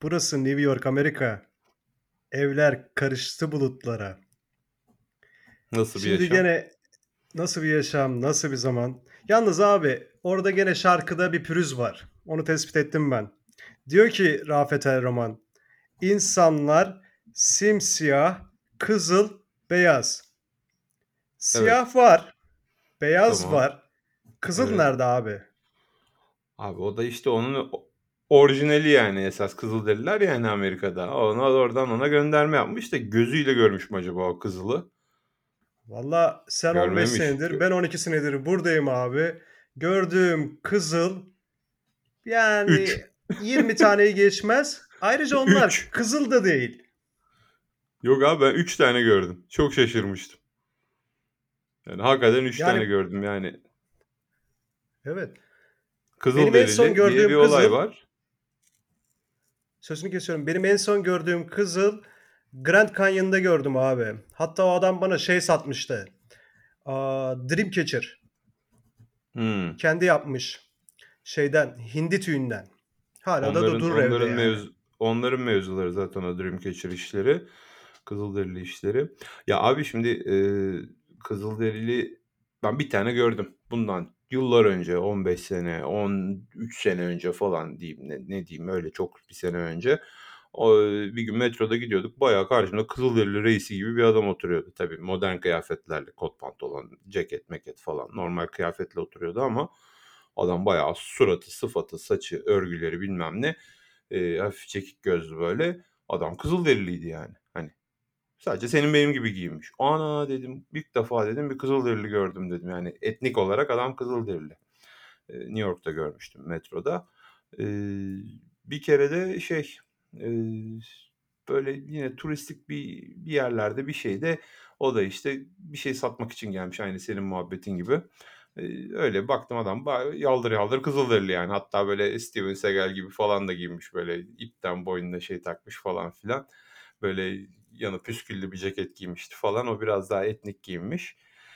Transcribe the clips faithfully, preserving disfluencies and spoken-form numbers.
Burası New York, Amerika. Evler karıştı bulutlara. Nasıl bir Şimdi yaşam? gene nasıl bir yaşam, nasıl bir zaman. Yalnız abi orada gene şarkıda bir pürüz var. Onu tespit ettim ben. Diyor ki Rafet El Roman, insanlar simsiyah, kızıl, beyaz. Evet. Siyah var, beyaz Tamam. var. Kızıl Evet. nerede abi? Abi o da işte onun o- orijinali yani esas Kızılderililer yani Amerika'da. Ona oradan ona gönderme yapmış da gözüyle görmüş mü acaba o kızılı? Valla sen on beş Görmemiş. senedir, Gö- ben on iki senedir buradayım abi. Gördüğüm kızıl Üç. yani yirmi taneyi geçmez. Ayrıca onlar Üç. kızıl da değil. Yok abi ben üç tane gördüm. Çok şaşırmıştım. Yani hakikaten üç tane Yani gördüm yani. evet. Benim en son Kızılderili diye bir gördüğüm olay kızıl, var. sözünü kesiyorum. Benim en son gördüğüm kızıl Grand Canyon'da gördüm abi. Hatta o adam bana şey satmıştı. Aa, Dreamcatcher. Hmm. Kendi yapmış. Şeyden, hindi tüyünden. Hala da Onların durur evde onların yani. mevzu onların mevzuları zaten o Dreamcatcher işleri. Kızılderili işleri. Ya abi şimdi e, Kızılderili ben bir tane gördüm. Bundan yıllar önce on beş sene, on üç sene önce falan diyeyim ne, ne diyeyim öyle çok bir sene önce. O, bir gün metroda gidiyorduk. Bayağı karşımda Kızılderili reisi gibi bir adam oturuyordu. Tabii modern kıyafetlerle kot pantolon, ceket, meket falan normal kıyafetle oturuyordu ama adam bayağı suratı, sıfatı, saçı, örgüleri bilmem ne e, hafif çekik gözlü böyle. Adam Kızılderiliydi yani. Hani sadece senin benim gibi giyinmiş. Ana dedim ilk defa dedim bir Kızılderili gördüm dedim. Yani etnik olarak adam Kızılderili. Eee, New York'ta görmüştüm metroda. Eee, bir kere de şey eee, böyle yine turistik bir, bir yerlerde bir şeyde o da işte bir şey satmak için gelmiş aynı senin muhabbetin gibi. Eee, öyle baktım adam ba- yaldır yaldır Kızılderili yani. Hatta böyle Steven Seagal gibi falan da giymiş böyle ipten boynuna şey takmış falan filan. Böyle yanı püsküllü bir ceket giymişti falan. O biraz daha etnik giyinmiş.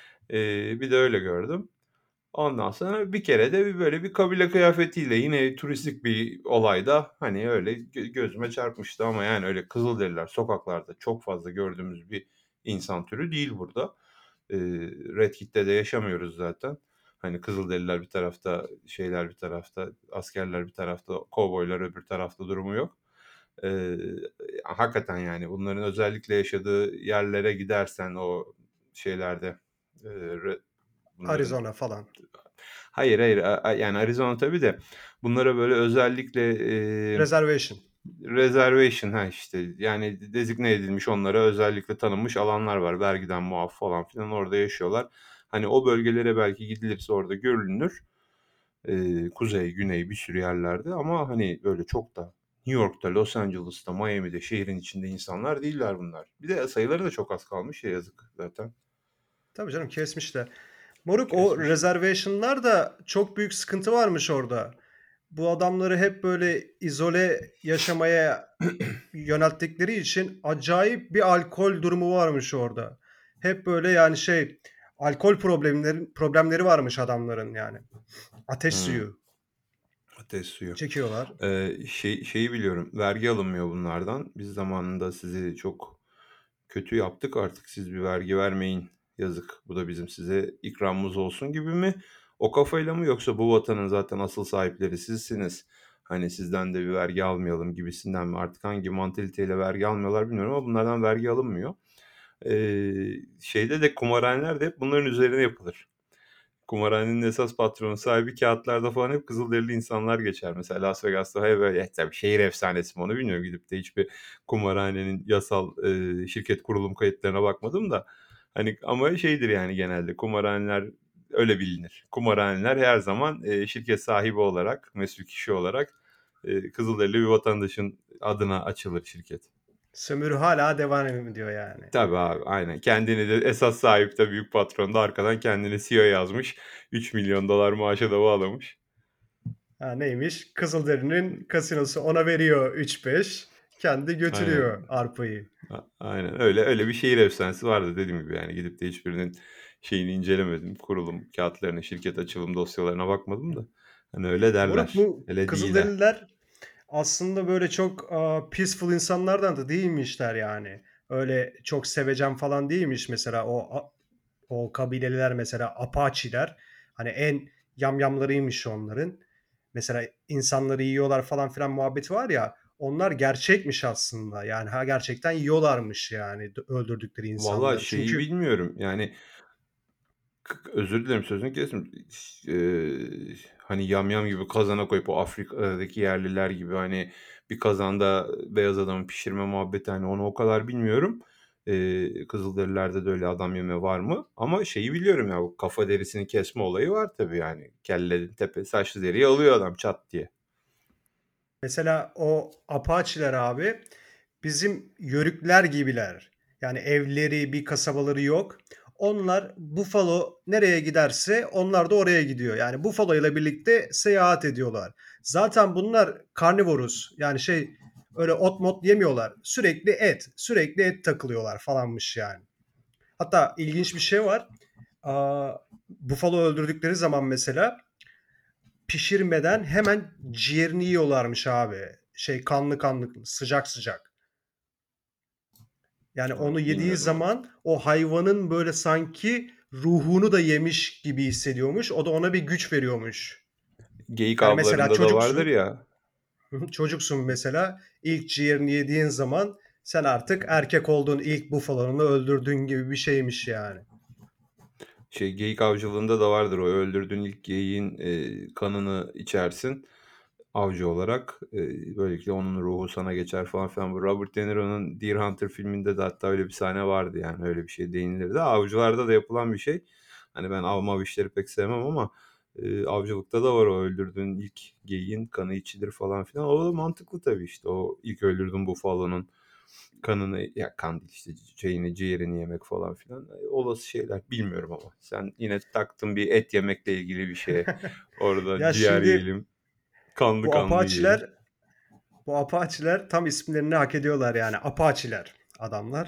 Eee, bir de öyle gördüm. Ondan sonra bir kere de bir böyle bir kabile kıyafetiyle yine turistik bir olayda hani öyle gö gözüme çarpmıştı ama yani öyle Kızılderililer sokaklarda çok fazla gördüğümüz bir insan türü değil burada. Eee, Red Kit'te de yaşamıyoruz zaten. Hani Kızılderililer bir tarafta, şeyler bir tarafta, askerler bir tarafta, kovboylar öbür tarafta durumu yok. Eee, hakikaten yani bunların özellikle yaşadığı yerlere gidersen o şeylerde, eee, re bunların Arizona falan. Hayır, hayır. A a yani Arizona tabii de bunlara böyle özellikle, eee, Reservation. reservation, ha, işte, yani designe edilmiş, onlara özellikle tanınmış alanlar var. Vergiden muaf falan filan orada yaşıyorlar. Hani o bölgelere belki gidilirse orada görülünür. Eee, kuzey, güney bir sürü yerlerde ama hani böyle çok da New York'ta, Los Angeles'ta, Miami'de şehrin içinde insanlar değiller bunlar. Bir de sayıları da çok az kalmış ya yazık zaten. Tabii canım kesmişler. Moruk o Kesmişler. reservation'lar da çok büyük sıkıntı varmış orada. Bu adamları hep böyle izole yaşamaya yönelttikleri için acayip bir alkol durumu varmış orada. Hep böyle yani şey alkol problemleri problemleri varmış adamların yani. Ateş Hımm. suyu Ateş suyu. çekiyorlar. Eee, şey şeyi biliyorum, vergi alınmıyor bunlardan. Biz zamanında sizi çok kötü yaptık, artık siz bir vergi vermeyin, yazık. Bu da bizim size ikramımız olsun gibi mi? O kafayla mı yoksa bu vatanın zaten asıl sahipleri sizsiniz, hani sizden de bir vergi almayalım gibisinden mi? Artık hangi mantaliteyle vergi almıyorlar bilmiyorum ama bunlardan vergi alınmıyor. Eee, şeyde de kumarhaneler de hep bunların üzerine yapılır. Kumarhanenin esas patronu, sahibi kağıtlarda falan hep Kızılderili insanlar geçer. Mesela Las Vegas'ta hep böyle eh, tabii şehir efsanesi mi onu bilmiyorum. Gidip de hiçbir kumarhanenin yasal, eee, şirket kurulum kayıtlarına bakmadım da. Hani ama şeydir yani genelde kumarhaneler öyle bilinir. Kumarhaneler her zaman, eee, şirket sahibi olarak, mesul kişi olarak, eee, Kızılderili bir vatandaşın adına açılır şirket. Sömürü hala devam ediyor yani. Tabii abi, aynen. Kendini de esas sahip de büyük patron da arkadan kendini C E O yazmış. üç milyon dolar maaşa da bağlamış. Ha, neymiş? Kızılderinin kasinosu ona veriyor üç beş. Kendi götürüyor Aynen. arpayı. A aynen öyle. Öyle bir şehir efsanesi vardı dediğim gibi yani gidip de hiçbirinin şeyini incelemedim. Kurulum kağıtlarına, şirket açılım dosyalarına bakmadım da. Hani öyle Moruk derler. bu Hele değiller. Kızılderililer aslında böyle çok, aaa, peaceful insanlardan da değilmişler yani. Öyle çok sevecen falan değilmiş mesela o a o kabileler mesela Apache'ler. Hani en yamyamlarıymış onların. Mesela insanları yiyorlar falan filan muhabbeti var ya, onlar gerçekmiş aslında. Yani, ha, gerçekten yiyorlarmış yani d öldürdükleri Valla insanları. şeyi Çünkü bilmiyorum, yani k k özür dilerim sözünü kestim. Ş eee, hani yamyam gibi kazana koyup o Afrika'daki yerliler gibi, hani, bir kazanda beyaz adamı pişirme muhabbeti, hani, onu o kadar bilmiyorum. Eee, Kızılderililerde de öyle adam yeme var mı? Ama şeyi biliyorum ya, bu kafa derisini kesme olayı var tabii yani. Kellenin tepesi saçlı deriyi alıyor adam çat diye. mesela o Apache'ler abi bizim Yörükler gibiler. Yani evleri, bir kasabaları yok. Onlar Buffalo nereye giderse onlar da oraya gidiyor. Yani Buffalo ile birlikte seyahat ediyorlar. Zaten bunlar karnivorus. Yani şey öyle ot mot yemiyorlar. Sürekli et, sürekli et takılıyorlar falanmış yani. Hatta ilginç bir şey var. Aa, Buffalo öldürdükleri zaman mesela pişirmeden hemen ciğerini yiyorlarmış abi. Şey kanlı kanlı, sıcak sıcak. Yani Ha, onu yediği bilmiyordum onu. zaman o hayvanın böyle sanki ruhunu da yemiş gibi hissediyormuş. O da ona bir güç veriyormuş. Geyik Yani mesela avlarında da vardır çocuksun, ya. hı hı, çocuksun mesela ilk ciğerini yediğin zaman sen artık erkek olduğun ilk bufalonu öldürdüğün gibi bir şeymiş yani. Şey, geyik avcılığında da vardır o. Öldürdüğün ilk geyiğin, eee, kanını içersin avcı olarak. Eee, böylelikle onun ruhu sana geçer falan filan. Bu Robert De Niro'nun Deer Hunter filminde de hatta öyle bir sahne vardı yani. Öyle bir şey değinilirdi. Avcılarda da yapılan bir şey. Hani ben av mav işleri pek sevmem ama, eee, avcılıkta da var o öldürdüğün ilk geyiğin kanı içilir falan filan. O da mantıklı tabii işte. O ilk öldürdüğün bufalonun kanını ya kan değil işte şeyini, ciğerini yemek falan filan. Eee, olası şeyler. Bilmiyorum ama. Sen yine taktın bir et yemekle ilgili bir şeye. Orada Ya ciğer şimdi yiyelim, kanlı bu kanlı yiyelim. Apache'ler bu Apache'ler tam isimlerini hak ediyorlar yani. Apache'ler adamlar.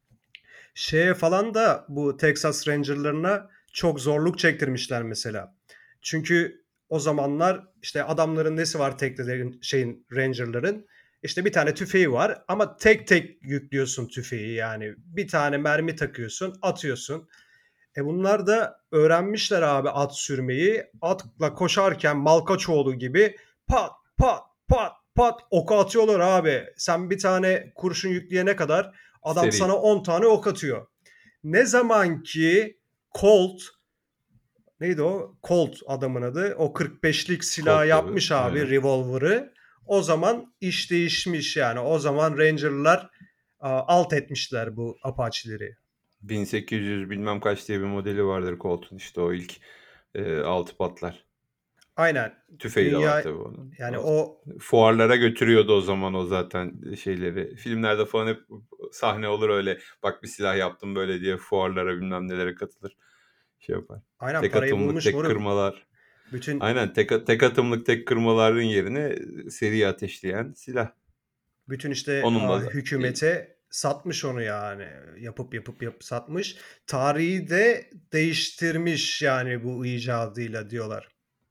Şeye falan da bu Texas Ranger'larına çok zorluk çektirmişler mesela. Çünkü o zamanlar işte adamların nesi var teknelerin şeyin Ranger'ların? İşte bir tane tüfeği var ama tek tek yüklüyorsun tüfeği yani. Bir tane mermi takıyorsun, atıyorsun. E bunlar da öğrenmişler abi at sürmeyi. Atla koşarken Malkaçoğlu gibi pat pat pat pat oku atıyorlar abi. Sen bir tane kurşun yükleyene kadar adam sana Seri. on tane ok atıyor. Ne zaman ki Colt neydi o? Colt adamın adı. O kırk beşlik silah Colt tabii. yapmış abi Aynen. revolver'ı. O zaman iş değişmiş yani. O zaman Ranger'lar alt etmişler bu Apache'leri. bin sekiz yüz bilmem kaç diye bir modeli vardır Colt'un işte o ilk, eee, altı patlar. Aynen. Tüfeği de var Dünya tabii onun. yani O o fuarlara götürüyordu o zaman o zaten şeyleri. Filmlerde falan hep sahne olur öyle. Bak bir silah yaptım böyle diye fuarlara bilmem nelere katılır. Şey yapar. aynen Tek parayı atımlık bulmuş tek moruk. kırmalar. Bütün Aynen tek, tek atımlık tek kırmaların yerine seri ateşleyen silah. bütün işte Onunla a, da e, hükümete satmış onu yani. Yapıp yapıp yapıp satmış. Tarihi de değiştirmiş yani bu icadıyla diyorlar.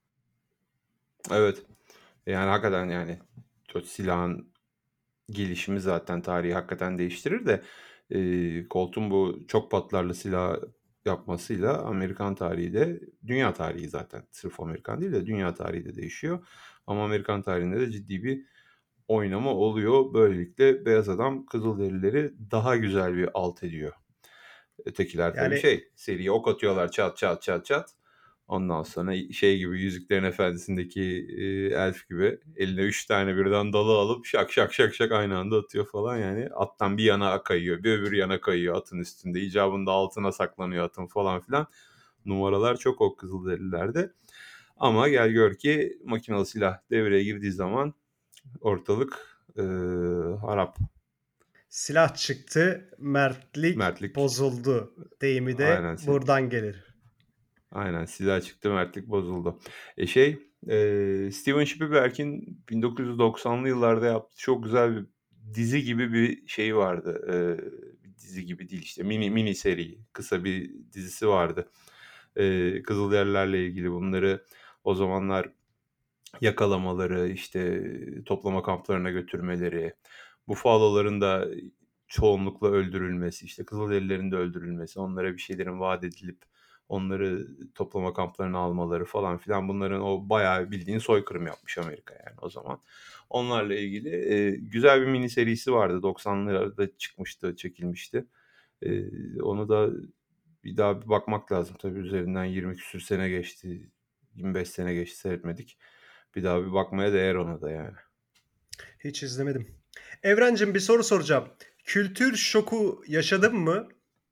evet. Yani hakikaten yani o silahın gelişimi zaten tarihi hakikaten değiştirir de, eee, Colt'un bu çok patlarlı silah yapmasıyla Amerikan tarihi de dünya tarihi zaten sırf Amerikan değil de dünya tarihi de değişiyor. Ama Amerikan tarihinde de ciddi bir oynama oluyor. Böylelikle beyaz adam Kızılderilileri daha güzel bir alt ediyor. Ötekiler tabii Yani şey, seri ok atıyorlar çat çat çat çat. Ondan sonra şey gibi Yüzüklerin Efendisi'ndeki, eee, elf gibi eline üç tane birden dalı alıp şak şak şak şak aynı anda atıyor falan yani. Attan bir yana kayıyor, bir öbür yana kayıyor atın üstünde. İcabında altına saklanıyor atın falan filan. Numaralar çok o Kızılderililerde. Ama gel gör ki makinalı silah devreye girdiği zaman ortalık, eee, harap. silah çıktı, mertlik Mertlik bozuldu deyimi de aynen si buradan gelir. aynen silah çıktı, mertlik bozuldu. E, şey, eee, Steven Spielberg'in bin dokuz yüz doksanlı yıllarda yaptığı çok güzel bir dizi gibi bir şeyi vardı. Eee, dizi gibi değil işte mini mini seri, kısa bir dizisi vardı. Eee, Kızılderililerle ilgili bunları o zamanlar yakalamaları, işte, toplama kamplarına götürmeleri, bufaloların da çoğunlukla öldürülmesi, işte, Kızılderililerin de öldürülmesi, onlara bir şeylerin vaat edilip onları toplama kamplarına almaları falan filan bunların o bayağı bildiğin soykırım yapmış Amerika yani o zaman. Onlarla ilgili, eee, güzel bir mini serisi vardı. doksanlarda çıkmıştı, çekilmişti. Eee, onu da bir daha bir bakmak lazım. Tabii üzerinden yirmi küsur sene geçti. yirmi beş sene geçti seyretmedik. Bir daha bir bakmaya değer ona da yani. Hiç izlemedim. Evrencim bir soru soracağım. Kültür şoku yaşadın mı?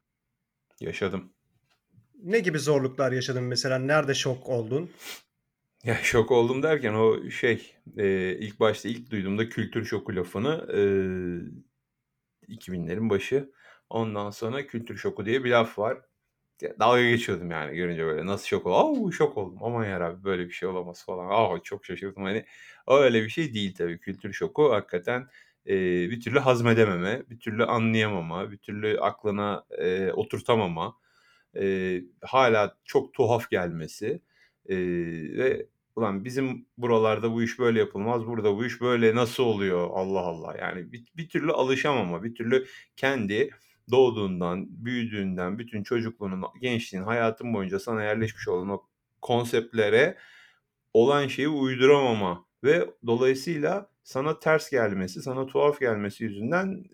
Yaşadım. Ne gibi zorluklar yaşadın mesela? Nerede şok oldun? Ya, şok oldum derken o şey, eee, ilk başta ilk duyduğumda kültür şoku lafını, eee, iki binlerin başı. Ondan sonra kültür şoku diye bir laf var. Ya, dalga geçiyordum yani görünce böyle. Nasıl şok oldum? "A, şok oldum. Aman yarabbim böyle bir şey olamaz." falan. "A, çok şaşırdım." Hani, o öyle bir şey değil tabii. Kültür şoku hakikaten, eee, bir türlü hazmedememe, bir türlü anlayamama, bir türlü aklına, eee, oturtamama, eee, hâlâ çok tuhaf gelmesi, eee, ve "Ulan bizim buralarda bu iş böyle yapılmaz, burada bu iş böyle nasıl oluyor? Allah Allah!" Yani bir bir türlü alışamama, bir türlü kendi doğduğundan, büyüdüğünden, bütün çocukluğunun, gençliğin, hayatın boyunca sana yerleşmiş olan o konseptlere olan şeyi uyduramama ve dolayısıyla sana ters gelmesi, sana tuhaf gelmesi yüzünden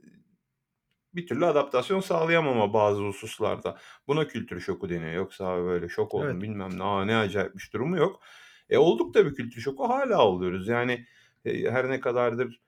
bir türlü adaptasyon sağlayamama bazı hususlarda. Buna kültür şoku deniyor. Yoksa abi böyle şok oldum Evet. bilmem ne, a, ne acayipmiş durumu yok. E, olduk tabii kültür şoku hâlâ oluyoruz. Yani, eee, her ne kadardır,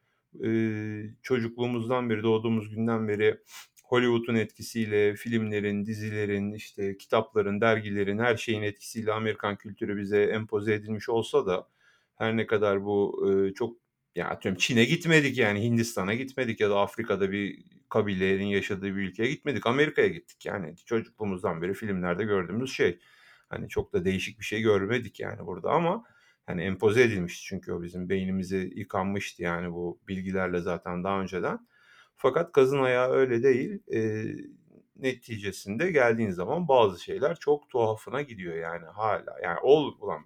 eee, çocukluğumuzdan beri, doğduğumuz günden beri Hollywood'un etkisiyle, filmlerin, dizilerin, işte, kitapların, dergilerin, her şeyin etkisiyle Amerikan kültürü bize empoze edilmiş olsa da her ne kadar bu, eee, çok ya, atıyorum Çin'e gitmedik yani, Hindistan'a gitmedik ya da Afrika'da bir kabilenin yaşadığı bir ülkeye gitmedik. Amerika'ya gittik. Yani çocukluğumuzdan beri filmlerde gördüğümüz şey. Hani çok da değişik bir şey görmedik yani burada ama hani empoze edilmişti çünkü o bizim beynimize yıkanmıştı yani bu bilgilerle zaten daha önceden. Fakat kazın ayağı öyle değil. Eee, neticesinde geldiğin zaman bazı şeyler çok tuhafına gidiyor yani hâlâ. Yani ol ulan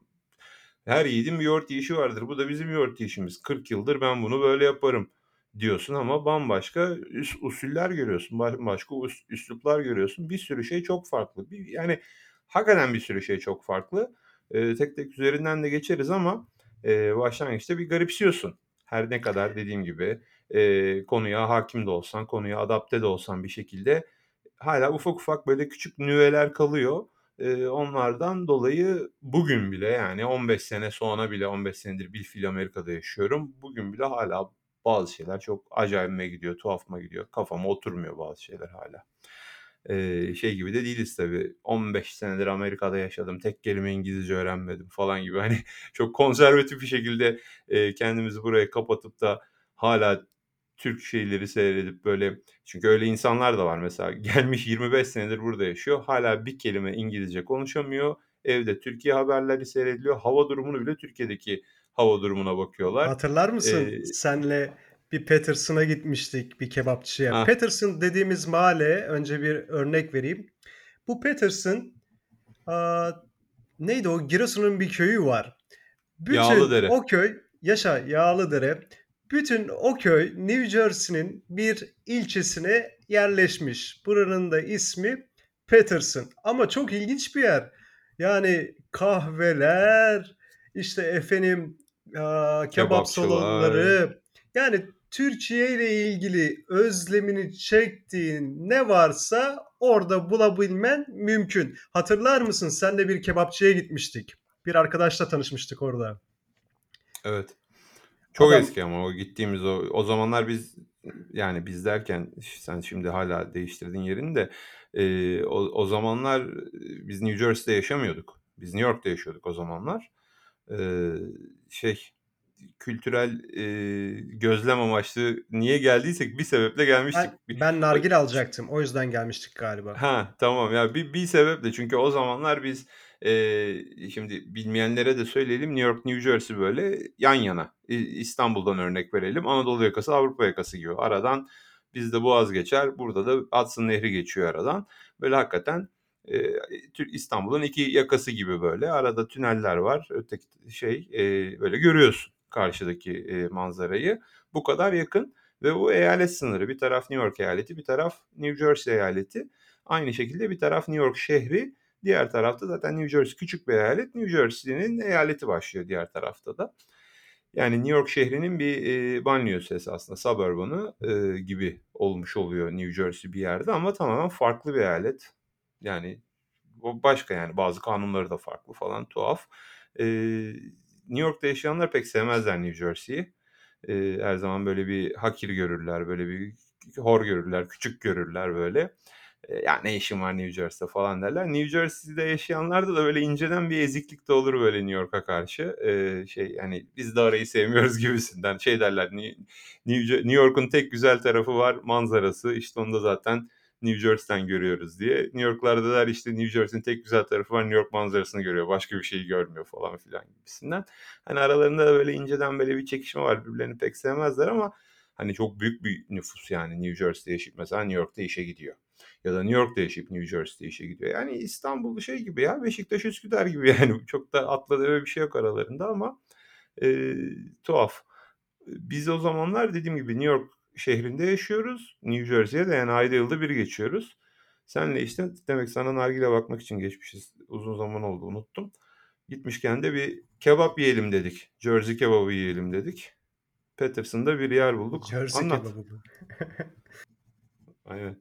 her yiğidin bir yoğurt yiyişi vardır. Bu da bizim yoğurt yiyişimiz. kırk yıldır ben bunu böyle yaparım diyorsun ama bambaşka üs usuller görüyorsun. Bambaşka us üsluplar görüyorsun. Bir sürü şey çok farklı. Bir yani hakikaten bir sürü şey çok farklı. Eee, tek tek üzerinden de geçeriz ama, eee, başlangıçta bir garipsiyorsun. Her ne kadar dediğim gibi, eee, konuya hâkim de olsan, konuya adapte de olsan bir şekilde hâlâ ufak ufak böyle küçük nüveler kalıyor. Eee, onlardan dolayı bugün bile yani on beş sene sonra bile on beş senedir bilfiil Amerika'da yaşıyorum. Bugün bile hâlâ bazı şeyler çok acayibime gidiyor, tuhafıma gidiyor. Kafama oturmuyor bazı şeyler hâlâ. Eee, şey gibi de değiliz tabii, on beş senedir Amerika'da yaşadım, tek kelime İngilizce öğrenmedim falan gibi hani çok konservatif bir şekilde, eee, kendimizi buraya kapatıp da hâlâ Türk şeyleri seyredip böyle çünkü öyle insanlar da var mesela gelmiş yirmi beş senedir burada yaşıyor. Hâlâ bir kelime İngilizce konuşamıyor. Evde Türkiye haberleri seyrediliyor. Hava durumunu bile Türkiye'deki hava durumuna bakıyorlar. Hatırlar mısın? Eee Senle bir Patterson'a gitmiştik, bir kebapçıya. Hah, Patterson dediğimiz mahalle, önce bir örnek vereyim. Bu Patterson, aaa, neydi o? Giresun'un bir köyü var. Bütün Yağlıdere. o köy yaşa Yağlıdere. Bütün o köy New Jersey'nin bir ilçesine yerleşmiş. Buranın da ismi Patterson. Ama çok ilginç bir yer. Yani kahveler, işte efendim, aaa, kebap Kebapçılar. salonları, yani Türkiye ile ilgili özlemini çektiğin ne varsa orada bulabilmen mümkün. Hatırlar mısın? Seninle bir kebapçıya gitmiştik. Bir arkadaşla tanışmıştık orada. Evet. Çok Adam eski ama o gittiğimiz o o zamanlar biz yani biz derken ş sen şimdi hâlâ değiştirdin yerini de, eee, o o zamanlar, eee, biz New Jersey'de yaşamıyorduk. Biz New York'ta yaşıyorduk o zamanlar. Eee, şey, kültürel, eee, gözlem amaçlı niye geldiysek bir sebeple ben gelmiştik. Bir ben o nargile alacaktım. O yüzden gelmiştik galiba. Ha, tamam. Ya, bir bir sebeple çünkü o zamanlar biz, eee, şimdi bilmeyenlere de söyleyelim, New York, New Jersey böyle yan yana. İ İstanbul'dan örnek verelim. Anadolu yakası, Avrupa yakası gibi. Aradan bizde Boğaz geçer, burada da Hudson Nehri geçiyor aradan. Böyle hakikaten, Eee, Tür İstanbul'un iki yakası gibi böyle. Arada tüneller var. Öteki şey, eee, böyle görüyorsun karşıdaki, eee, manzarayı. Bu kadar yakın ve bu eyalet sınırı. Bir taraf New York eyaleti, bir taraf New Jersey eyaleti. Aynı şekilde bir taraf New York şehri, diğer tarafta zaten New Jersey küçük bir eyalet. New Jersey'nin eyaleti başlıyor diğer tarafta da. Yani New York şehrinin bir, eee, banliyosu esasında, suburban'ı, eee, gibi olmuş oluyor New Jersey bir yerde ama tamamen farklı bir eyalet. Yani o başka yani bazı kanunları da farklı falan tuhaf. Eee, New York'ta yaşayanlar pek sevmezler New Jersey'yi. Eee, her zaman böyle bir hakir görürler, böyle bir hor görürler, küçük görürler böyle. Eee, "Ya, ne işin var New Jersey'de?" falan derler. New Jersey'de yaşayanlarda da böyle inceden bir eziklik de olur böyle New York'a karşı. Eee, şey, hani, "Biz de orayı sevmiyoruz." gibisinden. Şey derler, "Ni New Je New York'un tek güzel tarafı var, manzarası. İşte, onu da zaten New Jersey'den görüyoruz." diye. New York'lular da der, işte, "New Jersey'nin tek güzel tarafı var, New York manzarasını görüyor, başka bir şeyi görmüyor." falan filan gibisinden. Hani, aralarında da böyle inceden böyle bir çekişme var. Birbirlerini pek sevmezler ama, hani, çok büyük bir nüfus yani New Jersey'de yaşayıp mesela New York'ta işe gidiyor. Ya da New York'ta yaşayıp New Jersey'de işe gidiyor. Yani İstanbul şey gibi ya, Beşiktaş, Üsküdar gibi yani. Çok da atla deve bir şey yok aralarında ama, eee, tuhaf. Biz o zamanlar dediğim gibi New York şehrinde yaşıyoruz. New Jersey'ye de yani ayda yılda bir geçiyoruz. Senle işte demek sana nargile bakmak için geçmişiz. Uzun zaman oldu unuttum. Gitmişken de bir kebap yiyelim dedik. Jersey kebabı yiyelim dedik. Patterson'da bir yer bulduk. Jersey Anlat. kebabı bu. Aynen.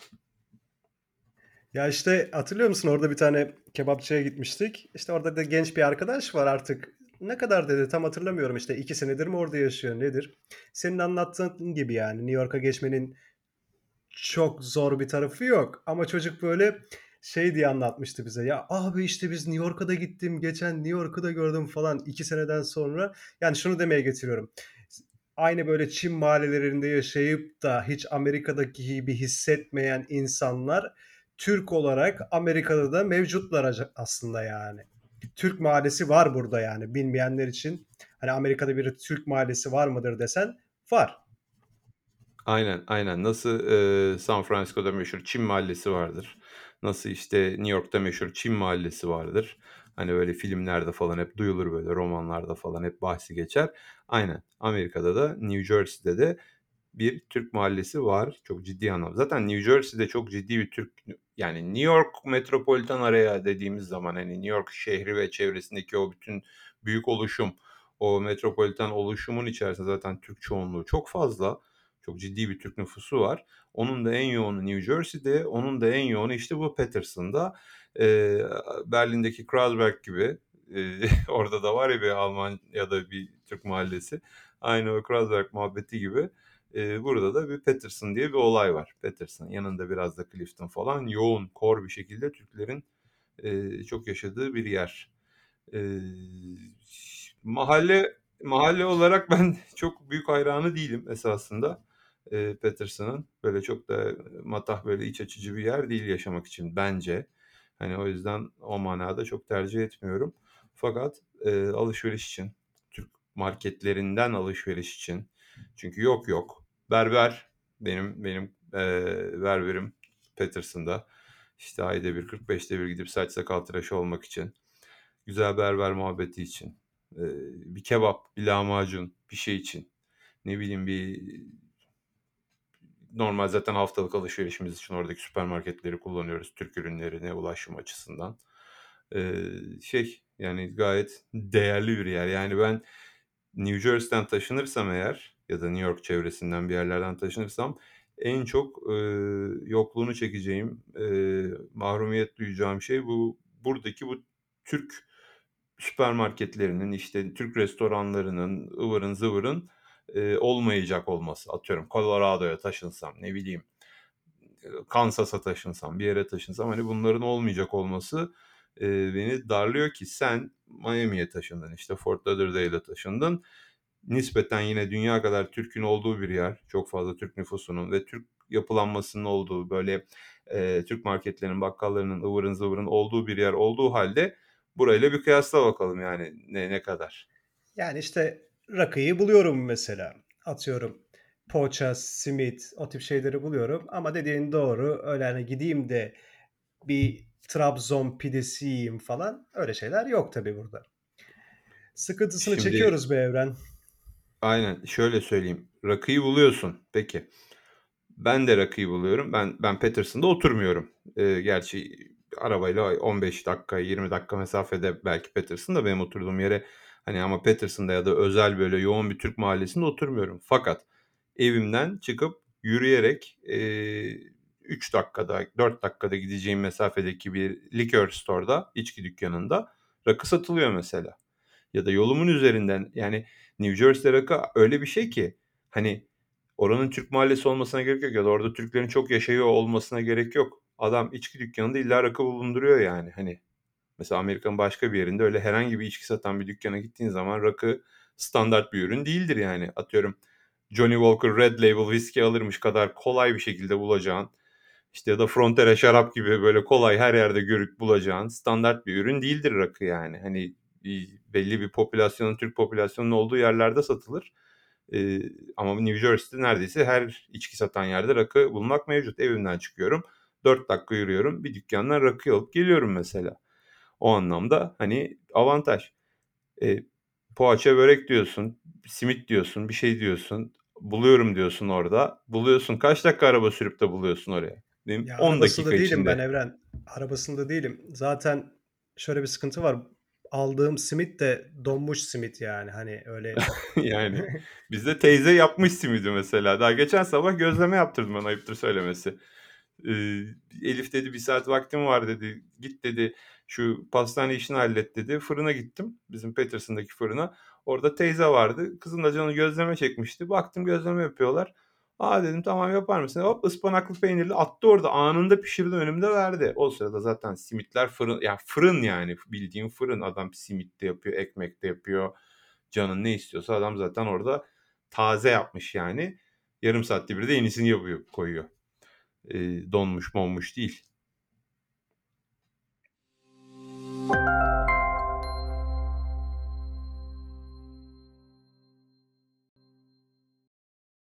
Ya, işte, hatırlıyor musun orada bir tane kebapçıya gitmiştik. İşte, orada da genç bir arkadaş var artık. Ne kadar dedi tam hatırlamıyorum, işte, iki senedir mi orada yaşıyor, nedir? Senin anlattığın gibi yani New York'a geçmenin çok zor bir tarafı yok ama çocuk böyle şey diye anlatmıştı bize. "Ya, abi, işte, biz New York'a da gittim, geçen New York'u da gördüm." falan iki seneden sonra. Yani şunu demeye getiriyorum. S Aynı böyle Çin mahallelerinde yaşayıp da hiç Amerika'daki gibi hissetmeyen insanlar Türk olarak Amerika'da da mevcutlar aca aslında yani. Türk mahallesi var burada yani bilmeyenler için. Hani, Amerika'da bir Türk mahallesi var mıdır desen var. Aynen, aynen. Nasıl, eee, San Francisco'da meşhur Çin mahallesi vardır. Nasıl, işte, New York'ta meşhur Çin mahallesi vardır. Hani, böyle filmlerde falan hep duyulur, böyle romanlarda falan hep bahsi geçer. Aynen. Amerika'da da New Jersey'de de bir Türk mahallesi var. Çok ciddi anlamda. Zaten New Jersey'de çok ciddi bir Türk yani New York metropolitan area dediğimiz zaman, hani, New York şehri ve çevresindeki o bütün büyük oluşum, o metropolitan oluşumun içerisinde zaten Türk çoğunluğu çok fazla. Çok ciddi bir Türk nüfusu var. Onun da en yoğunu New Jersey'de, onun da en yoğunu işte bu Paterson'da. Eee, Berlin'deki Kreuzberg gibi, eee, orada da var ya bir Alman ya da bir Türk mahallesi. Aynı o Kreuzberg muhabbeti gibi, eee, burada da bir Paterson diye bir olay var. Paterson, yanında biraz da Clifton falan yoğun, core bir şekilde Türklerin, eee, çok yaşadığı bir yer. Eee, mahalle mahalle olarak ben çok büyük hayranı değilim esasında, eee, Paterson'ın. Böyle çok da matah, böyle iç açıcı bir yer değil yaşamak için bence. Hani, o yüzden o manada çok tercih etmiyorum. Fakat, eee, alışveriş için, Türk marketlerinden alışveriş için çünkü yok yok. Berber benim benim, eee, berberim Paterson'da. İşte, ayda bir, kırk beşte bir gidip saç sakal tıraşı olmak için. Güzel berber muhabbeti için, eee, bir kebap, bir lahmacun, bir şey için, ne bileyim bir normal zaten haftalık alışverişimiz için oradaki süpermarketleri kullanıyoruz Türk ürünlerine ulaşım açısından. Eee, şey, yani gayet değerli bir yer. Yani ben New Jersey'den taşınırsam eğer ya da New York çevresinden bir yerlerden taşınırsam en çok, eee, yokluğunu çekeceğim, eee, mahrumiyet duyacağım şey bu buradaki bu Türk süpermarketlerinin, işte, Türk restoranlarının, ıvırın zıvırın, eee, olmayacak olması. Atıyorum Colorado'ya taşınsam, ne bileyim, eee, Kansas'a taşınsam, bir yere taşınsam, hani, bunların olmayacak olması, eee, beni darlıyor ki sen Miami'ye taşındın, işte, Fort Lauderdale'a taşındın. Nispeten yine dünya kadar Türk'ün olduğu bir yer, çok fazla Türk nüfusunun ve Türk yapılanmasının olduğu, böyle, eee, Türk marketlerinin, bakkallarının, ıvırın zıvırın olduğu bir yer olduğu hâlde burayla bir kıyasla bakalım yani ne ne kadar. Yani, işte, rakıyı buluyorum mesela. Atıyorum poğaça, simit, o tip şeyleri buluyorum ama dediğin doğru. Öyle, hani, gideyim de bir Trabzon pidesi yiyeyim falan. Öyle şeyler yok tabii burada. Sıkıntısını Şimdi çekiyoruz be Evren. aynen şöyle söyleyeyim. Rakıyı buluyorsun. Peki. Ben de rakıyı buluyorum. Ben ben Paterson'da oturmuyorum. Eee, gerçi arabayla on beş dakika, yirmi dakika mesafede belki Paterson da benim oturduğum yere. Hani ama Paterson'da ya da özel böyle yoğun bir Türk mahallesinde oturmuyorum. Fakat evimden çıkıp yürüyerek, eee, üç dakikada, dört dakikada gideceğim mesafedeki bir liquor store'da, içki dükkânında rakı satılıyor mesela. Ya da yolumun üzerinden, yani, New Jersey'de rakı öyle bir şey ki, hani, oranın Türk mahallesi olmasına gerek yok ya da orada Türklerin çok yaşıyor olmasına gerek yok. Adam içki dükkânında illa rakı bulunduruyor yani, hani. Mesela Amerika'nın başka bir yerinde öyle herhangi bir içki satan bir dükkâna gittiğin zaman rakı standart bir ürün değildir yani. Atıyorum, Johnnie Walker Red Label viski alırmış kadar kolay bir şekilde bulacağın, işte, ya da Frontera şarap gibi böyle kolay her yerde görüp bulacağın standart bir ürün değildir rakı yani. Hani, iii, belli bir popülasyonun, Türk popülasyonunun olduğu yerlerde satılır. Eee, ama New Jersey'de neredeyse her içki satan yerde rakı bulmak mevcut. Evimden çıkıyorum, dört dakika yürüyorum, bir dükkândan rakı alıp geliyorum mesela. O anlamda, hani, avantaj. Eee, poğaça börek diyorsun, simit diyorsun, bir şey diyorsun, buluyorum diyorsun orada. Buluyorsun. Kaç dakika araba sürüp de buluyorsun oraya? Benim Ya, on dakika arabasında değilim ben içinde. Evren. Arabasında değilim. Zaten şöyle bir sıkıntı var. Aldığım simit de donmuş simit yani. Hani öyle Yani bizde teyze yapmış simidi mesela. Daha geçen sabah gözleme yaptırdım ben ayıptır söylemesi. Eee, Elif dedi bir saat vaktim var dedi. Git dedi şu pastane işini hallet dedi. Fırına gittim. Bizim Peterson'daki fırına. Orada teyze vardı. Kızın da canı gözleme çekmişti. Baktım gözleme yapıyorlar. Aa dedim tamam yapar mısın? Hop ıspanaklı peynirli attı orada. Anında pişirdi önümde verdi. O sırada zaten simitler fırın ya fırın yani bildiğin fırın. Adam simit de yapıyor, ekmek de yapıyor. Canın ne istiyorsa adam zaten orada taze yapmış yani. Yarım saatte bir de yenisini yapıyor, koyuyor. Eee, donmuş monmuş değil.